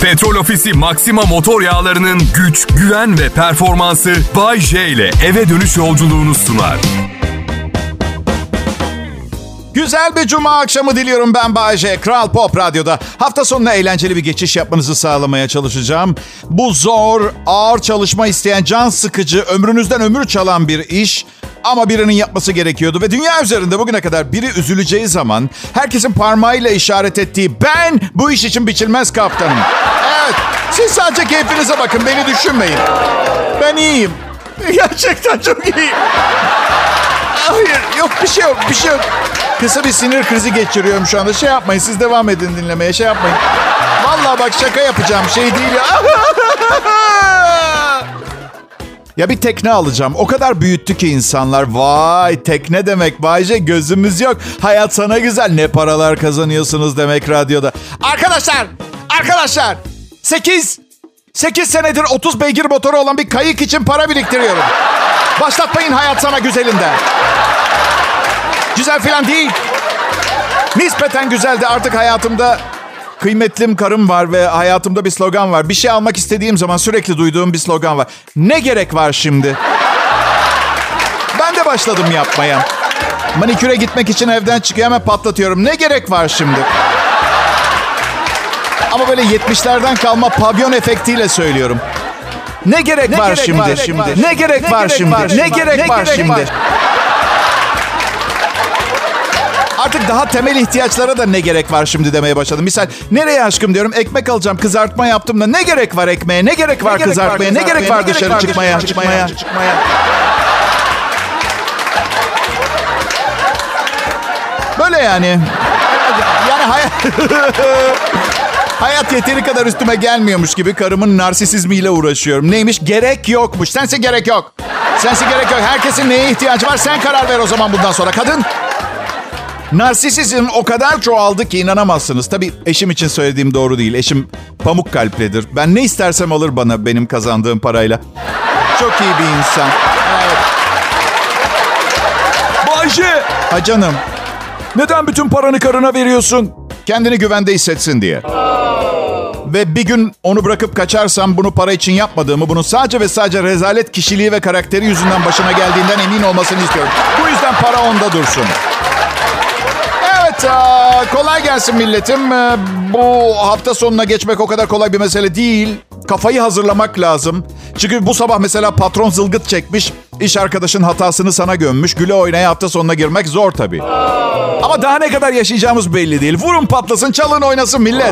Petrol Ofisi Maxima motor yağlarının güç, güven ve performansı Bay J ile eve dönüş yolculuğunu sunar. Güzel bir cuma akşamı diliyorum ben Bay J. Kral Pop Radyo'da. Hafta sonuna eğlenceli bir geçiş yapmanızı sağlamaya çalışacağım. Bu zor, ağır çalışma isteyen, can sıkıcı, ömrünüzden ömür çalan bir iş. Ama birinin yapması gerekiyordu ve dünya üzerinde bugüne kadar biri üzüleceği zaman herkesin parmağıyla işaret ettiği ben bu iş için biçilmez kaptanım. Evet, siz sadece keyfinize bakın, beni düşünmeyin. Ben iyiyim. Gerçekten çok iyiyim. Hayır, yok bir şey yok, bir şey yok. Kısa bir sinir krizi geçiriyorum şu anda. Şey yapmayın, siz devam edin dinlemeye, şey yapmayın. Vallahi bak şaka yapacağım, şey değil ya. Ya bir tekne alacağım. O kadar büyüttü ki insanlar. Vay tekne demek Bayce, gözümüz yok. Hayat sana güzel. Ne paralar kazanıyorsunuz demek radyoda. Arkadaşlar. 8 senedir 30 beygir motoru olan bir kayık için para biriktiriyorum. Başlatmayın hayat sana güzelinde. Güzel falan değil. Nispeten güzeldi. Artık hayatımda kıymetlim karım var ve hayatımda bir slogan var. Bir şey almak istediğim zaman sürekli duyduğum bir slogan var. Ne gerek var şimdi? Ben de başladım yapmaya. Maniküre gitmek için evden çıkıyor, hemen patlatıyorum. Ne gerek var şimdi? Ama böyle 70'lerden kalma pavyon efektiyle söylüyorum. Ne gerek var şimdi? Ne gerek var şimdi? Ne gerek var şimdi? Artık daha temel ihtiyaçlara da ne gerek var şimdi demeye başladım. Misal nereye aşkım diyorum, ekmek alacağım, kızartma yaptım da ne gerek var ekmeğe, ne gerek var kızartmaya, ne gerek var dışarı çıkmaya. Böyle yani. Yani hayat yeteri kadar üstüme gelmiyormuş gibi karımın narsisizmiyle uğraşıyorum. Neymiş? Gerek yokmuş. Sense gerek yok. Herkesin neye ihtiyacı var? Sen karar ver o zaman bundan sonra. Kadın. Narsisizm o kadar çoğaldı ki inanamazsınız. Tabii eşim için söylediğim doğru değil. Eşim pamuk kalplidir. Ben ne istersem alır bana benim kazandığım parayla. Çok iyi bir insan. Evet. Bayce! Ha canım. Neden bütün paranı karına veriyorsun? Kendini güvende hissetsin diye. Ve bir gün onu bırakıp kaçarsam bunu para için yapmadığımı, bunun sadece ve sadece rezalet kişiliği ve karakteri yüzünden başına geldiğinden emin olmasını istiyorum. Bu yüzden para onda dursun. Evet, kolay gelsin milletim. Bu hafta sonuna geçmek o kadar kolay bir mesele değil. Kafayı hazırlamak lazım. Çünkü bu sabah mesela patron zılgıt çekmiş. İş arkadaşın hatasını sana gömmüş. Güle oynaya hafta sonuna girmek zor tabii. Ama daha ne kadar yaşayacağımız belli değil. Vurun patlasın, çalın oynasın millet.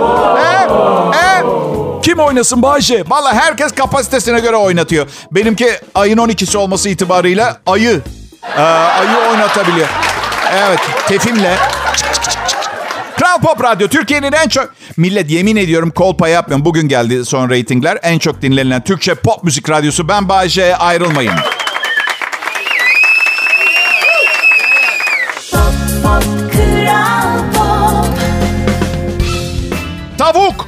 Kim oynasın Bayce? Vallahi herkes kapasitesine göre oynatıyor. Benimki ayın 12'si olması itibarıyla ayı oynatabiliyor. Evet, tefimle. Kral Pop Radyo, Türkiye'nin en çok... Millet yemin ediyorum kolpa yapmıyorum. Bugün geldi son reytingler. En çok dinlenilen Türkçe pop müzik radyosu. Ben Bay J, ayrılmayın. Tavuk.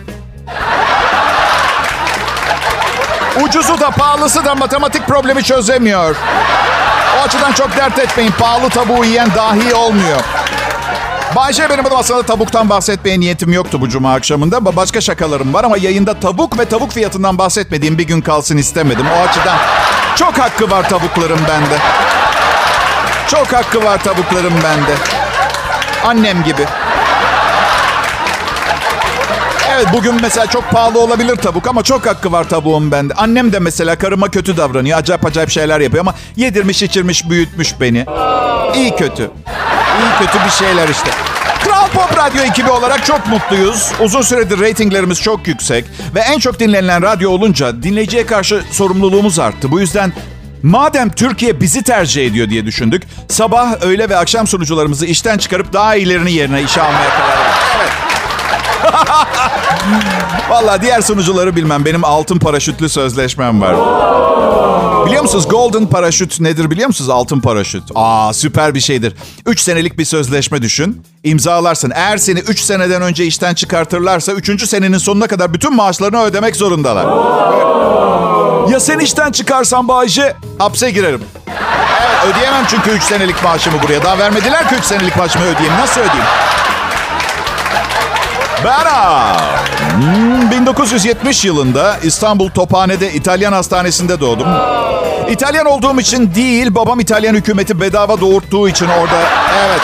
Ucuzu da pahalısı da matematik problemi çözemiyor. O açıdan çok dert etmeyin. Pahalı tavuğu yiyen dahi olmuyor. Bayce, benim adım, aslında tavuktan bahsetmeye niyetim yoktu bu cuma akşamında. Başka şakalarım var ama yayında tavuk ve tavuk fiyatından bahsetmediğim bir gün kalsın istemedim. O açıdan çok hakkı var tavuklarım bende. Çok hakkı var tavuklarım bende. Annem gibi. Evet, bugün mesela çok pahalı olabilir tavuk ama çok hakkı var tavuğum bende. Annem de mesela karıma kötü davranıyor. Acayip şeyler yapıyor ama yedirmiş, içirmiş, büyütmüş beni. İyi kötü bir şeyler işte. Kral Pop Radyo ekibi olarak çok mutluyuz. Uzun süredir reytinglerimiz çok yüksek. Ve en çok dinlenilen radyo olunca dinleyiciye karşı sorumluluğumuz arttı. Bu yüzden madem Türkiye bizi tercih ediyor diye düşündük, sabah, öğle ve akşam sunucularımızı işten çıkarıp daha iyilerini yerine işe almaya karar verdik. Evet. Vallahi diğer sunucuları bilmem. Benim altın paraşütlü sözleşmem var. Biliyor musunuz Golden Paraşüt nedir biliyor musunuz? Altın paraşüt. Süper bir şeydir. 3 senelik bir sözleşme düşün. İmzalarsın. Eğer seni 3 seneden önce işten çıkartırlarsa 3. senenin sonuna kadar bütün maaşlarını ödemek zorundalar. Ya sen işten çıkarsan Bayce? Hapse girerim. Evet, ödeyemem çünkü 3 senelik maaşımı buraya. Daha vermediler ki 3 senelik maaşımı ödeyeyim. Nasıl ödeyeyim? Ben 1970 yılında İstanbul Tophane'de İtalyan hastanesinde doğdum. İtalyan olduğum için değil, babam İtalyan hükümeti bedava doğurttuğu için orada. Evet.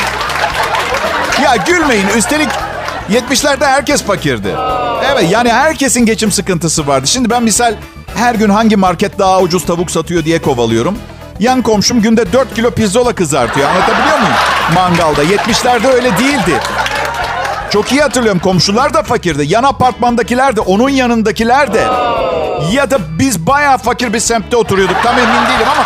Ya gülmeyin, üstelik 70'lerde herkes fakirdi. Evet, yani herkesin geçim sıkıntısı vardı. Şimdi ben misal her gün hangi market daha ucuz tavuk satıyor diye kovalıyorum. Yan komşum günde 4 kilo pirzola kızartıyor. Anlatabiliyor muyum? Mangalda. 70'lerde öyle değildi. Çok iyi hatırlıyorum. Komşular da fakirdi. Yan apartmandakiler de, onun yanındakiler de. Ya da biz bayağı fakir bir semtte oturuyorduk. Tam emin değilim ama.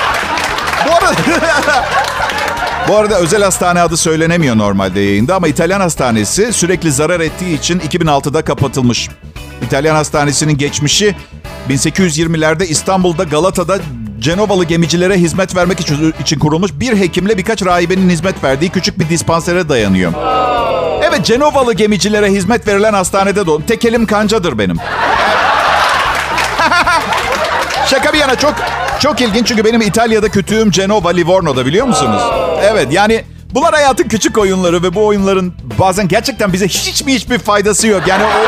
Bu arada özel hastane adı söylenemiyor normalde yayında. Ama İtalyan hastanesi sürekli zarar ettiği için 2006'da kapatılmış. İtalyan hastanesinin geçmişi 1820'lerde İstanbul'da, Galata'da Cenovalı gemicilere hizmet vermek için kurulmuş bir hekimle birkaç rahibenin hizmet verdiği küçük bir dispansere dayanıyor. Evet, Cenovalı gemicilere hizmet verilen hastanede doğdum. Tek elim kancadır benim. Şaka bir yana çok ilginç çünkü benim İtalya'da kütüğüm Genova, Livorno'da, biliyor musunuz? Evet, yani bunlar hayatın küçük oyunları ve bu oyunların bazen gerçekten bize hiçbir faydası yok. Yani o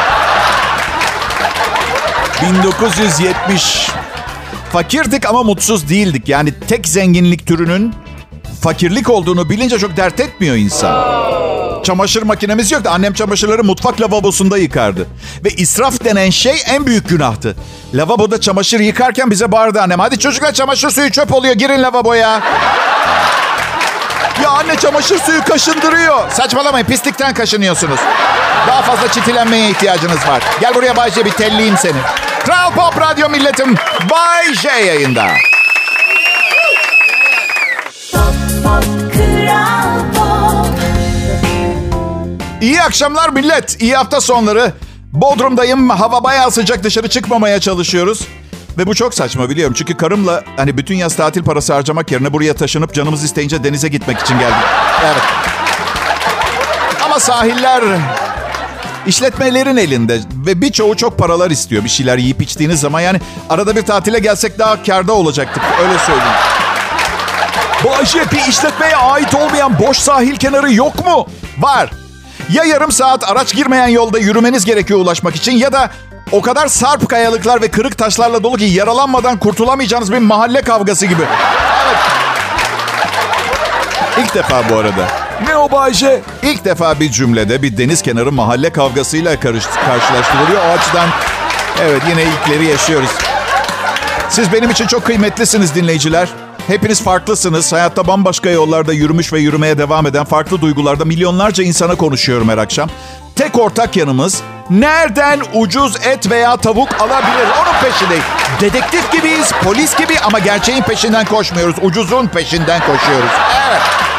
1970 fakirdik ama mutsuz değildik. Yani tek zenginlik türünün fakirlik olduğunu bilince çok dert etmiyor insan. Çamaşır makinemiz yoktu. Annem çamaşırları mutfak lavabosunda yıkardı. Ve israf denen şey en büyük günahtı. Lavaboda çamaşır yıkarken bize bağırdı annem. Hadi çocuklar, çamaşır suyu çöp oluyor, girin lavaboya. Ya anne, çamaşır suyu kaşındırıyor. Saçmalamayın, pislikten kaşınıyorsunuz. Daha fazla çitilenmeye ihtiyacınız var. Gel buraya Bay J, bir telleyeyim seni. Kral Pop Radyo milletim, Bay J yayında. İyi akşamlar millet. İyi hafta sonları. Bodrum'dayım. Hava bayağı sıcak. Dışarı çıkmamaya çalışıyoruz. Ve bu çok saçma, biliyorum. Çünkü karımla hani bütün yaz tatil parası harcamak yerine buraya taşınıp canımız isteyince denize gitmek için geldik. Evet. Ama sahiller işletmelerin elinde ve birçoğu çok paralar istiyor bir şeyler yiyip içtiğiniz zaman. Yani arada bir tatile gelsek daha kârda olacaktık. Öyle söyleyeyim. Bayşe, bir işletmeye ait olmayan boş sahil kenarı yok mu? Var. Ya yarım saat araç girmeyen yolda yürümeniz gerekiyor ulaşmak için, ya da o kadar sarp kayalıklar ve kırık taşlarla dolu ki yaralanmadan kurtulamayacağınız bir mahalle kavgası gibi. Evet. İlk defa bu arada. Ne o Bayşe? İlk defa bir cümlede bir deniz kenarı mahalle kavgasıyla karşılaştırılıyor. O açıdan evet, yine ilkleri yaşıyoruz. Siz benim için çok kıymetlisiniz dinleyiciler. Hepiniz farklısınız. Hayatta bambaşka yollarda yürümüş ve yürümeye devam eden farklı duygularda milyonlarca insana konuşuyorum her akşam. Tek ortak yanımız nereden ucuz et veya tavuk alabilir? Onun peşindeyiz. Dedektif gibiyiz, polis gibi ama gerçeğin peşinden koşmuyoruz. Ucuzun peşinden koşuyoruz. Evet.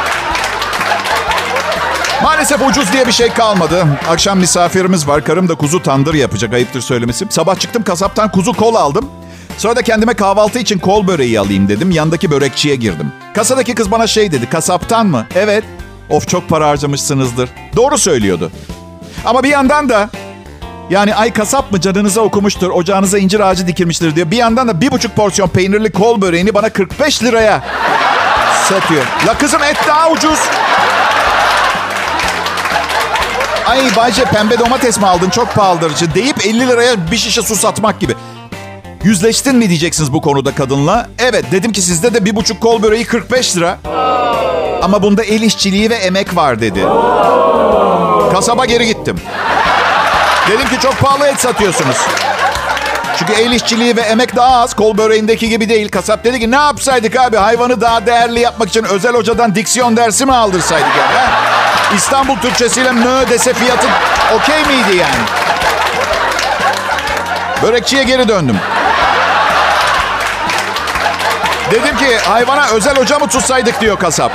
Maalesef ucuz diye bir şey kalmadı. Akşam misafirimiz var. Karım da kuzu tandır yapacak, ayıptır söylemesi. Sabah çıktım, kasaptan kuzu kol aldım. Sonra da kendime kahvaltı için kol böreği alayım dedim. Yandaki börekçiye girdim. Kasadaki kız bana şey dedi. Kasaptan mı? Evet. Of, çok para harcamışsınızdır. Doğru söylüyordu. Ama bir yandan da yani ay kasap mı, canınıza okumuştur, ocağınıza incir ağacı dikilmiştir diyor. Bir yandan da 1,5 porsiyon peynirli kol böreğini bana 45 liraya satıyor. La kızım, et daha ucuz. Ay Bayce, pembe domates mi aldın, çok pahalıdır deyip 50 liraya bir şişe su satmak gibi. Yüzleştin mi diyeceksiniz bu konuda kadınla? Evet, dedim ki sizde de 1,5 kol böreği 45 lira. Ama bunda el işçiliği ve emek var dedi. Kasaba geri gittim. Dedim ki çok pahalı et satıyorsunuz. Çünkü el işçiliği ve emek daha az. Kol böreğindeki gibi değil. Kasap dedi ki ne yapsaydık abi? Hayvanı daha değerli yapmak için özel hocadan diksiyon dersi mi aldırsaydık yani? He? İstanbul Türkçesiyle mö dese fiyatı okey miydi yani? Börekçiye geri döndüm. Dedim ki hayvana özel hoca mı tutsaydık diyor kasap.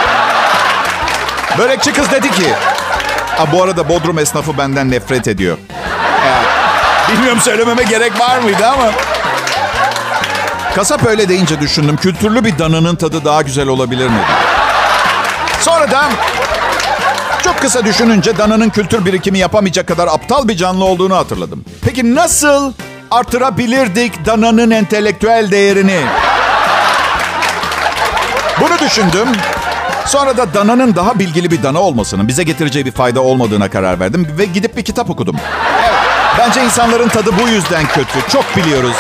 Börekçi kız dedi ki... bu arada Bodrum esnafı benden nefret ediyor. Bilmiyorum, söylememe gerek var mıydı ama... Kasap öyle deyince düşündüm. Kültürlü bir dananın tadı daha güzel olabilir mi? Sonra da... Çok kısa düşününce dananın kültür birikimi yapamayacak kadar aptal bir canlı olduğunu hatırladım. Peki nasıl artırabilirdik dananın entelektüel değerini? Bunu düşündüm. Sonra da dananın daha bilgili bir dana olmasının bize getireceği bir fayda olmadığına karar verdim ve gidip bir kitap okudum. Evet, bence insanların tadı bu yüzden kötü. Çok biliyoruz.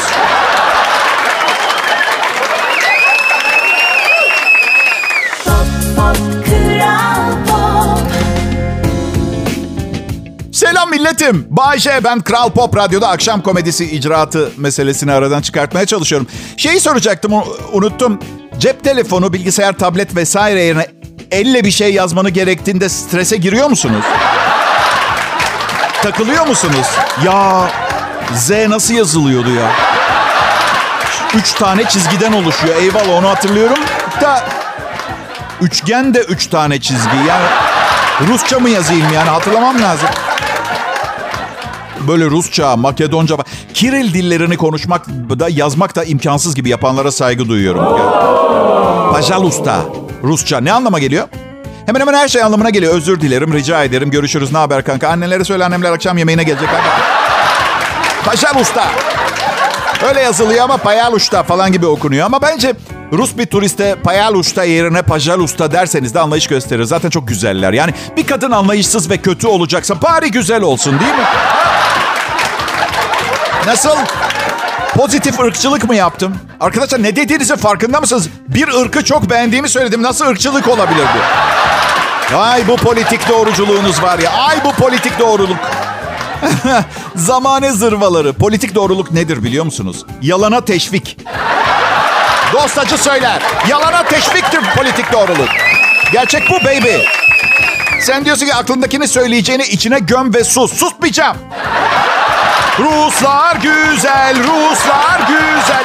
Selam milletim. Bay J, ben Kral Pop Radyo'da akşam komedisi icraatı meselesini aradan çıkartmaya çalışıyorum. Şeyi soracaktım, unuttum. Cep telefonu, bilgisayar, tablet vesaire yerine elle bir şey yazmanı gerektiğinde strese giriyor musunuz? Takılıyor musunuz? Ya Z nasıl yazılıyordu ya? 3 tane çizgiden oluşuyor. Eyvallah, onu hatırlıyorum. Da üçgen de 3 tane çizgi. Yani Rusça mı yazayım yani, hatırlamam lazım. Böyle Rusça, Makedonca, Kiril dillerini konuşmak da yazmak da imkansız gibi yapanlara saygı duyuyorum. Pajalusta, Rusça ne anlama geliyor? Hemen hemen her şey anlamına geliyor. Özür dilerim, rica ederim, görüşürüz, ne haber kanka? Annelere söyle, annemler akşam yemeğine gelecek. Pajalusta. Öyle yazılıyor ama Payalusta falan gibi okunuyor. Ama bence Rus bir turiste Payalusta yerine Pajalusta derseniz de anlayış gösterir. Zaten çok güzeller. Yani bir kadın anlayışsız ve kötü olacaksa bari güzel olsun, değil mi? Nasıl? Pozitif ırkçılık mı yaptım? Arkadaşlar, ne dediğinizin farkında mısınız? Bir ırkı çok beğendiğimi söyledim. Nasıl ırkçılık olabilir bu? Ay bu politik doğruculuğunuz var ya. Ay bu politik doğruluk. Zamane zırvaları. Politik doğruluk nedir biliyor musunuz? Yalana teşvik. Dostacı söyler. Yalana teşviktir politik doğruluk. Gerçek bu baby. Sen diyorsun ki aklındakini söyleyeceğini içine göm ve sus. Susmayacağım. Ruslar güzel, Ruslar güzel.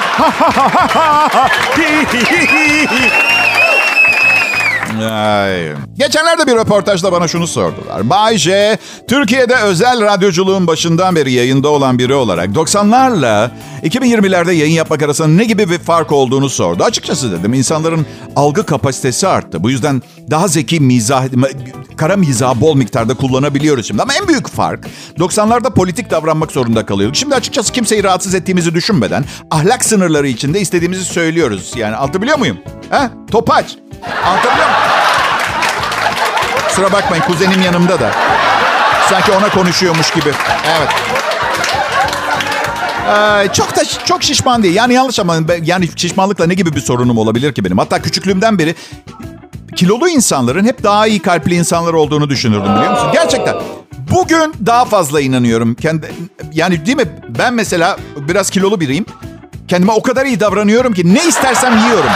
Ay. Geçenlerde bir röportajda bana şunu sordular. Bay J, Türkiye'de özel radyoculuğun başından beri yayında olan biri olarak 90'larla 2020'lerde yayın yapmak arasında ne gibi bir fark olduğunu sordu. Açıkçası dedim, insanların algı kapasitesi arttı. Bu yüzden daha zeki kara mizahı bol miktarda kullanabiliyoruz şimdi. Ama en büyük fark 90'larda politik davranmak zorunda kalıyorduk. Şimdi açıkçası kimseyi rahatsız ettiğimizi düşünmeden ahlak sınırları içinde istediğimizi söylüyoruz. Yani anlatabiliyor muyum? Topaç. Anlatabiliyor muyum? Kusura bakmayın, kuzenim yanımda da. Sanki ona konuşuyormuş gibi. Evet. Çok şişman değil. Yani yanlış ama yani şişmanlıkla ne gibi bir sorunum olabilir ki benim? Hatta küçüklüğümden beri kilolu insanların hep daha iyi kalpli insanlar olduğunu düşünürdüm, biliyor musun? Gerçekten. Bugün daha fazla inanıyorum. Yani değil mi? Ben mesela biraz kilolu biriyim. Kendime o kadar iyi davranıyorum ki ne istersem yiyorum.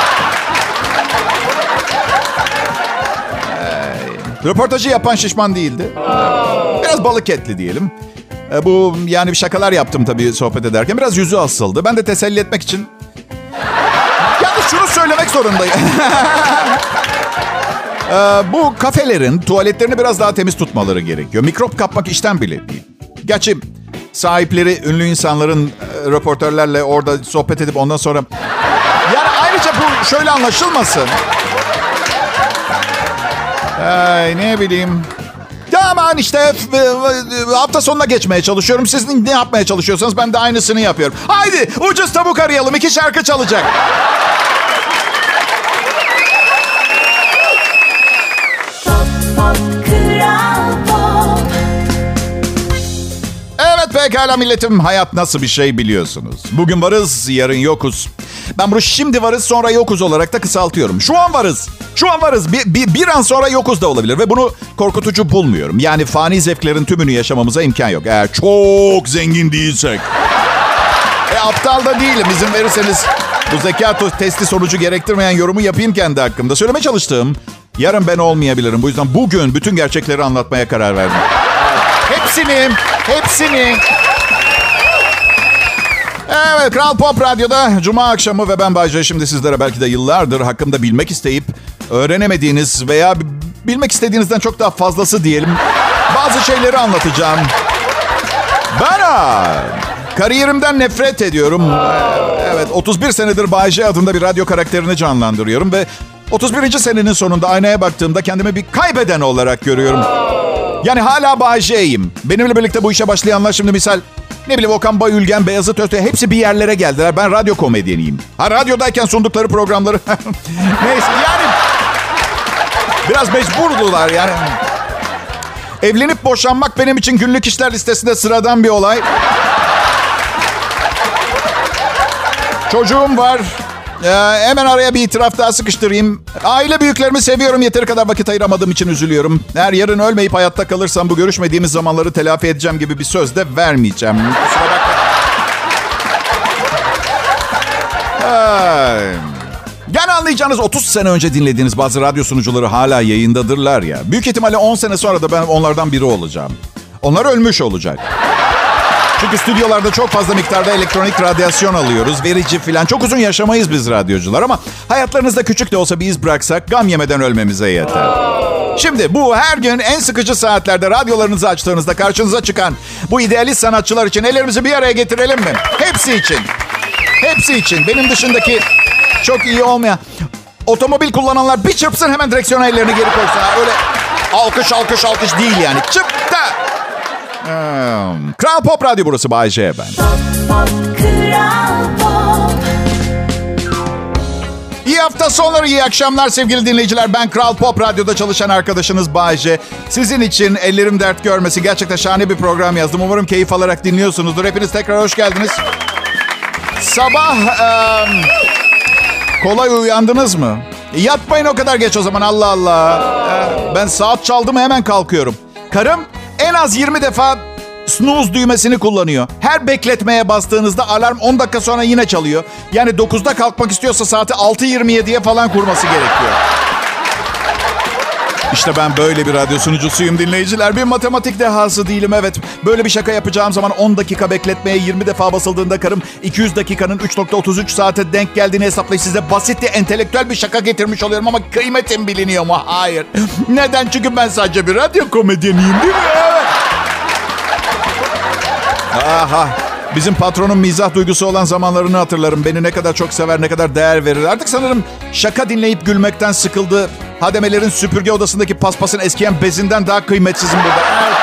Röportajı yapan şişman değildi. Biraz balık etli diyelim. Bu yani bir şakalar yaptım tabii sohbet ederken. Biraz yüzü asıldı. Ben de teselli etmek için... Yalnız şunu söylemek zorundayım. Bu kafelerin tuvaletlerini biraz daha temiz tutmaları gerekiyor. Mikrop kapmak işten bile değil. Gerçi sahipleri ünlü insanların röportörlerle orada sohbet edip ondan sonra... Yani ayrıca bu şöyle anlaşılmasın. Ne bileyim. Ya aman işte hafta sonuna geçmeye çalışıyorum. Siz ne yapmaya çalışıyorsanız ben de aynısını yapıyorum. Haydi ucuz tavuk arayalım. 2 şarkı çalacak. Evet pekala milletim. Hayat nasıl bir şey biliyorsunuz. Bugün varız, yarın yokuz. Ben bunu şimdi varız sonra yokuz olarak da kısaltıyorum. Şu an varız. Şu an varız. Bir an sonra yokuz da olabilir. Ve bunu korkutucu bulmuyorum. Yani fani zevklerin tümünü yaşamamıza imkan yok. Eğer çok zengin değilsek. Aptal da değilim. İzin verirseniz bu zeka testi sonucu gerektirmeyen yorumu yapayım kendi hakkımda. Söylemeye çalıştığım, yarın ben olmayabilirim. Bu yüzden bugün bütün gerçekleri anlatmaya karar verdim. Hepsini. Evet, Kral Pop Radyo'da Cuma akşamı ve ben Bay J. Şimdi sizlere belki de yıllardır hakkımda bilmek isteyip öğrenemediğiniz veya bilmek istediğinizden çok daha fazlası diyelim bazı şeyleri anlatacağım. Ben kariyerimden nefret ediyorum. Evet, 31 senedir Bay J adında bir radyo karakterini canlandırıyorum ve 31. senenin sonunda aynaya baktığımda kendimi bir kaybeden olarak görüyorum. Yani hala Bay J'yim. Benimle birlikte bu işe başlayanlar şimdi misal... Ne bileyim Okan Bayülgen, Beyazıt Öztürk hepsi bir yerlere geldiler. Ben radyo komedyeniyim. Radyodayken sundukları programları... Neyse yani... Biraz mecburdular yani. Evlenip boşanmak benim için günlük işler listesinde sıradan bir olay. Çocuğum var. Hemen araya bir itiraf daha sıkıştırayım. Aile büyüklerimi seviyorum. Yeteri kadar vakit ayıramadığım için üzülüyorum. Eğer yarın ölmeyip hayatta kalırsam bu görüşmediğimiz zamanları telafi edeceğim gibi bir söz de vermeyeceğim. Kusura bakma. Yani anlayacağınız 30 sene önce dinlediğiniz bazı radyo sunucuları hala yayındadırlar ya. Büyük ihtimalle 10 sene sonra da ben onlardan biri olacağım. Onlar ölmüş olacak. Çünkü stüdyolarda çok fazla miktarda elektronik radyasyon alıyoruz. Verici falan. Çok uzun yaşamayız biz radyocular ama hayatlarınızda küçük de olsa bir iz bıraksak gam yemeden ölmemize yeter. Şimdi bu her gün en sıkıcı saatlerde radyolarınızı açtığınızda karşınıza çıkan bu idealist sanatçılar için ellerimizi bir araya getirelim mi? Hepsi için. Hepsi için. Benim dışındaki çok iyi olmayan otomobil kullananlar bir çırpsın hemen direksiyona ellerini geri koysun. Öyle alkış alkış alkış değil yani. Çıpta. Kral Pop Radyo burası, Bay J ben. İyi hafta sonları, iyi akşamlar sevgili dinleyiciler. Ben Kral Pop Radyo'da çalışan arkadaşınız Bay J. Sizin için ellerim dert görmesi gerçekten şahane bir program yazdım. Umarım keyif alarak dinliyorsunuzdur. Hepiniz tekrar hoş geldiniz. Sabah kolay uyandınız mı? Yatmayın o kadar geç o zaman, Allah Allah. Ben saat çaldı mı hemen kalkıyorum. Karım en az 20 defa snooze düğmesini kullanıyor. Her bekletmeye bastığınızda alarm 10 dakika sonra yine çalıyor. Yani 9'da kalkmak istiyorsa saati 6:27'ye falan kurması gerekiyor. İşte ben böyle bir radyo sunucusuyum dinleyiciler. Bir matematik dehası değilim, evet. Böyle bir şaka yapacağım zaman 10 dakika bekletmeye 20 defa basıldığında karım 200 dakikanın 3.33 saate denk geldiğini hesaplayıp size basit ve entelektüel bir şaka getirmiş oluyorum ama kıymetim biliniyor mu? Hayır. Neden? Çünkü ben sadece bir radyo komedyeniyim değil mi? Evet. Aha. Bizim patronun mizah duygusu olan zamanlarını hatırlarım. Beni ne kadar çok sever, ne kadar değer verir. Artık sanırım şaka dinleyip gülmekten sıkıldı. Hademelerin süpürge odasındaki paspasın eskiyen bezinden daha kıymetsizim burada.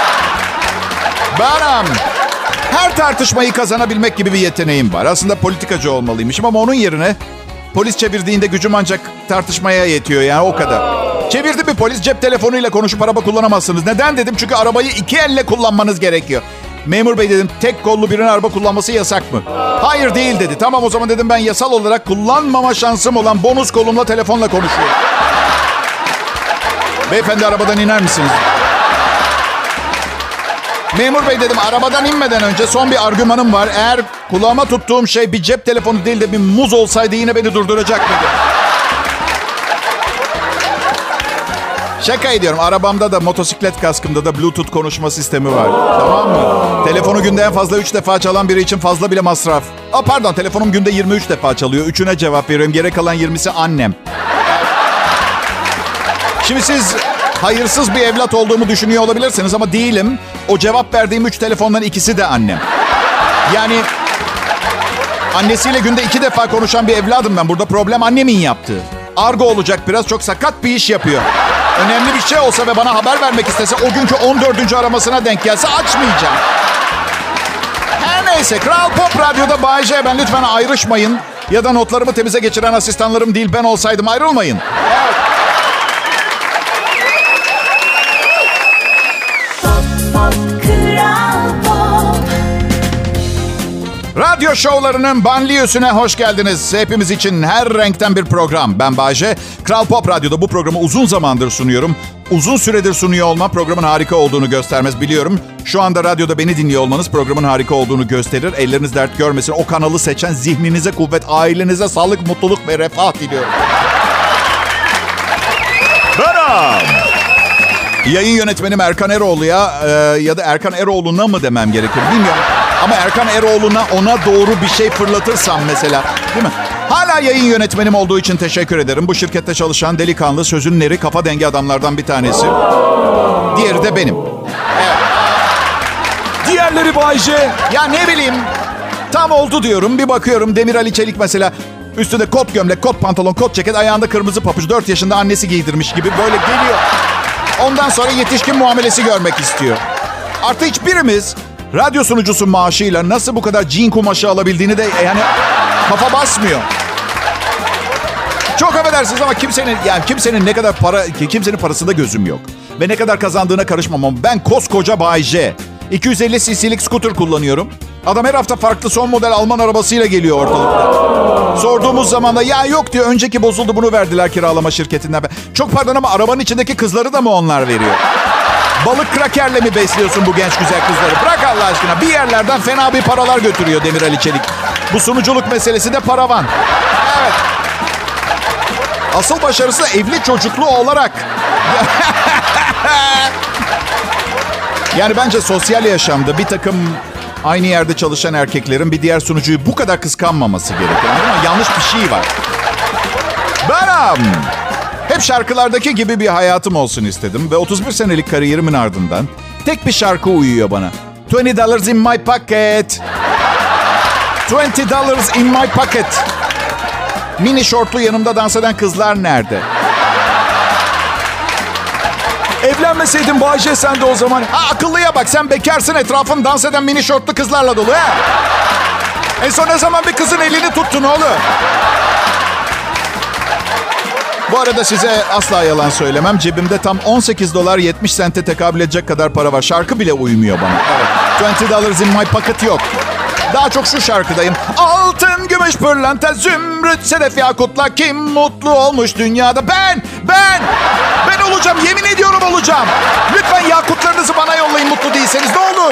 Benim her tartışmayı kazanabilmek gibi bir yeteneğim var. Aslında politikacı olmalıymışım ama onun yerine polis çevirdiğinde gücüm ancak tartışmaya yetiyor yani, o kadar. Çevirdi bir polis, cep telefonuyla konuşup araba kullanamazsınız. Neden dedim? Çünkü arabayı 2 elle kullanmanız gerekiyor. Memur bey dedim, tek kollu birinin araba kullanması yasak mı? Hayır değil dedi. Tamam o zaman dedim, ben yasal olarak kullanmama şansım olan bonus kolumla telefonla konuşuyorum. Beyefendi arabadan iner misiniz? Memur bey dedim, arabadan inmeden önce son bir argümanım var. Eğer kulağıma tuttuğum şey bir cep telefonu değil de bir muz olsaydı yine beni durduracak mıydı? Şaka ediyorum. Arabamda da motosiklet kaskımda da Bluetooth konuşma sistemi var. Tamam mı? Telefonu günde en fazla 3 defa çalan biri için fazla bile masraf. Pardon, telefonum günde 23 defa çalıyor. 3'üne cevap veriyorum. Geri kalan 20'si annem. Şimdi siz hayırsız bir evlat olduğumu düşünüyor olabilirsiniz ama değilim. O cevap verdiğim 3 telefondan ikisi de annem. Yani annesiyle günde 2 defa konuşan bir evladım ben. Burada problem annemin yaptığı. Argo olacak biraz, çok sakat bir iş yapıyor. Önemli bir şey olsa ve bana haber vermek istese o günkü 14. aramasına denk gelse açmayacağım. Her neyse, Kral Pop Radyo'da Bay J ben, lütfen ayrışmayın. Ya da notlarımı temize geçiren asistanlarım değil ben olsaydım ayrılmayın. Evet. Radyo şovlarının banliyösüne hoş geldiniz. Hepimiz için her renkten bir program. Ben Bay J. Kral Pop Radyo'da bu programı uzun zamandır sunuyorum. Uzun süredir sunuyor olmam programın harika olduğunu göstermez, biliyorum. Şu anda radyoda beni dinliyor olmanız programın harika olduğunu gösterir. Elleriniz dert görmesin. O kanalı seçen zihninize kuvvet, ailenize sağlık, mutluluk ve refah diliyorum. Benim. Yayın yönetmenim Erkan Eroğlu'ya ya da Erkan Eroğlu'na mı demem gerekir bilmiyorum. Ama Erkan Eroğlu'na, ona doğru bir şey fırlatırsam mesela, değil mi? Hala yayın yönetmenim olduğu için teşekkür ederim. Bu şirkette çalışan delikanlı, sözün eri, kafa dengi adamlardan bir tanesi. Diğeri de benim. Evet. Diğerleri Bay J. Ya ne bileyim, tam oldu diyorum. Bir bakıyorum Demir Ali Çelik mesela. Üstünde kot gömlek, kot pantolon, kot ceket, ayağında kırmızı papuç, 4 yaşında annesi giydirmiş gibi böyle geliyor. Ondan sonra yetişkin muamelesi görmek istiyor. Artı hiçbirimiz radyo sunucusu maaşıyla nasıl bu kadar jean kumaşı alabildiğini de yani kafa basmıyor. Çok affedersiniz ama kimsenin ne kadar kimsenin parasında gözüm yok. Ve ne kadar kazandığına karışmam. Ben koskoca Bay J. 250 cc'lik scooter kullanıyorum. Adam her hafta farklı son model Alman arabasıyla geliyor ortalıkta. Sorduğumuz zaman da ya yok diyor, önceki bozuldu, bunu verdiler kiralama şirketinden. Çok pardon ama arabanın içindeki kızları da mı onlar veriyor? Balık krakerle mi besliyorsun bu genç güzel kızları? Bırak Allah aşkına. Bir yerlerden fena bir paralar götürüyor Demir Ali Çelik. Bu sunuculuk meselesi de paravan. Evet. Asıl başarısı evli çocuklu olarak. Yani bence sosyal yaşamda bir takım aynı yerde çalışan erkeklerin bir diğer sunucuyu bu kadar kıskanmaması gerekiyor. Ama yanlış bir şey var. Hep şarkılardaki gibi bir hayatım olsun istedim. Ve 31 senelik kariyerimin ardından tek bir şarkı uyuyor bana. $20 in my pocket. $20 in my pocket. Mini şortlu yanımda dans eden kızlar nerede? Evlenmeseydin Bayce sen de o zaman. Akıllıya bak, sen bekarsın, etrafın dans eden mini şortlu kızlarla dolu. He? En son ne zaman bir kızın elini tuttun oğlum? Bu arada size asla yalan söylemem. Cebimde tam $18.70 tekabül edecek kadar para var. Şarkı bile uymuyor bana. Evet. $20 in my pocket yok. Daha çok şu şarkıdayım. Altın, gümüş, pırlanta, zümrüt, sedef, yakutla kim mutlu olmuş dünyada? Ben olacağım. Yemin ediyorum olacağım. Lütfen yakutlarınızı bana yollayın mutlu değilseniz, ne olur.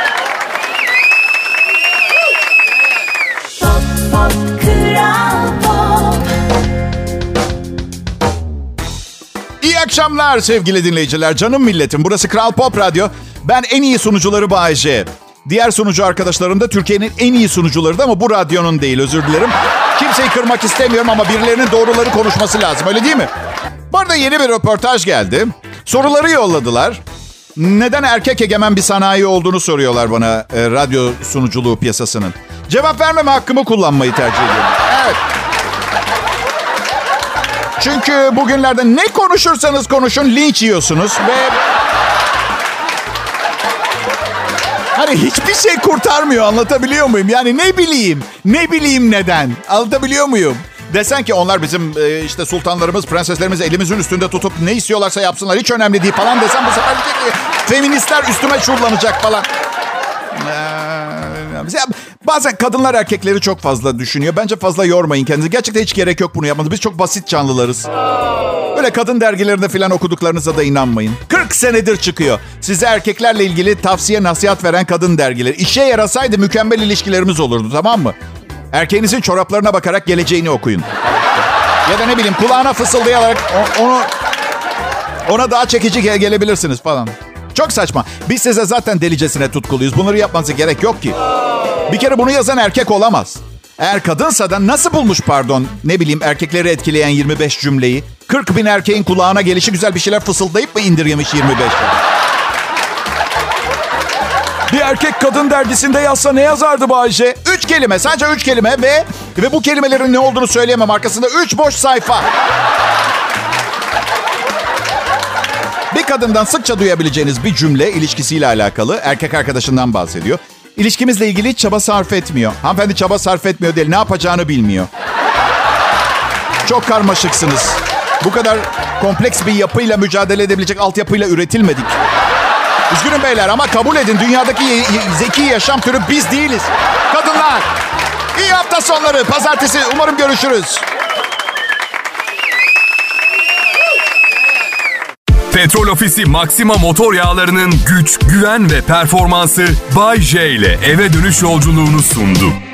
İyi akşamlar sevgili dinleyiciler. Canım milletim. Burası Kral Pop Radyo. Ben en iyi sunucuları Bay J. Diğer sunucu arkadaşlarım da Türkiye'nin en iyi sunucuları da, ama bu radyonun değil, özür dilerim. Kimseyi kırmak istemiyorum ama birilerinin doğruları konuşması lazım, öyle değil mi? Bu arada yeni bir röportaj geldi. Soruları yolladılar. Neden erkek egemen bir sanayi olduğunu soruyorlar bana, radyo sunuculuğu piyasasının. Cevap vermeme hakkımı kullanmayı tercih ediyorum. Evet. Çünkü bugünlerde ne konuşursanız konuşun linç yiyorsunuz ve... Hani hiçbir şey kurtarmıyor, anlatabiliyor muyum? Yani ne bileyim neden, anlatabiliyor muyum? Desen ki onlar bizim işte sultanlarımız, prenseslerimiz, elimizin üstünde tutup ne istiyorlarsa yapsınlar, hiç önemli değil falan desem, bu sefer diyecek ki feministler üstüme çullanacak falan. Bazen kadınlar erkekleri çok fazla düşünüyor. Bence fazla yormayın kendinizi. Gerçekten hiç gerek yok bunu yapmanız. Biz çok basit canlılarız. Öyle kadın dergilerinde falan okuduklarınıza da inanmayın. 40 senedir çıkıyor. Size erkeklerle ilgili tavsiye nasihat veren kadın dergileri. İşe yarasaydı mükemmel ilişkilerimiz olurdu, tamam mı? Erkeğinizin çoraplarına bakarak geleceğini okuyun. Ya da ne bileyim, kulağına fısıldayarak ona daha çekici gelebilirsiniz falan. Çok saçma. Biz size zaten delicesine tutkuluyuz. Bunları yapmanıza gerek yok ki. Bir kere bunu yazan erkek olamaz. Eğer kadınsa da nasıl bulmuş ne bileyim, erkekleri etkileyen 25 cümleyi? 40 bin erkeğin kulağına gelişi güzel bir şeyler fısıldayıp mı indirgemiş 25'te? Bir erkek kadın dergisinde yazsa ne yazardı bu Ayşe? 3 kelime, sadece 3 kelime ve bu kelimelerin ne olduğunu söyleyemem. Arkasında 3 boş sayfa. Bir kadından sıkça duyabileceğiniz bir cümle ilişkisiyle alakalı. Erkek arkadaşından bahsediyor. İlişkimizle ilgili hiç çaba sarf etmiyor. Hanımefendi çaba sarf etmiyor değil, ne yapacağını bilmiyor. Çok karmaşıksınız. Bu kadar kompleks bir yapıyla mücadele edebilecek altyapıyla üretilmedik. Üzgünüm beyler ama kabul edin, dünyadaki zeki yaşam türü biz değiliz. Kadınlar, iyi hafta sonları. Pazartesi umarım görüşürüz. Petrol Ofisi Maxima motor yağlarının güç, güven ve performansı Bay J ile eve dönüş yolculuğunu sundu.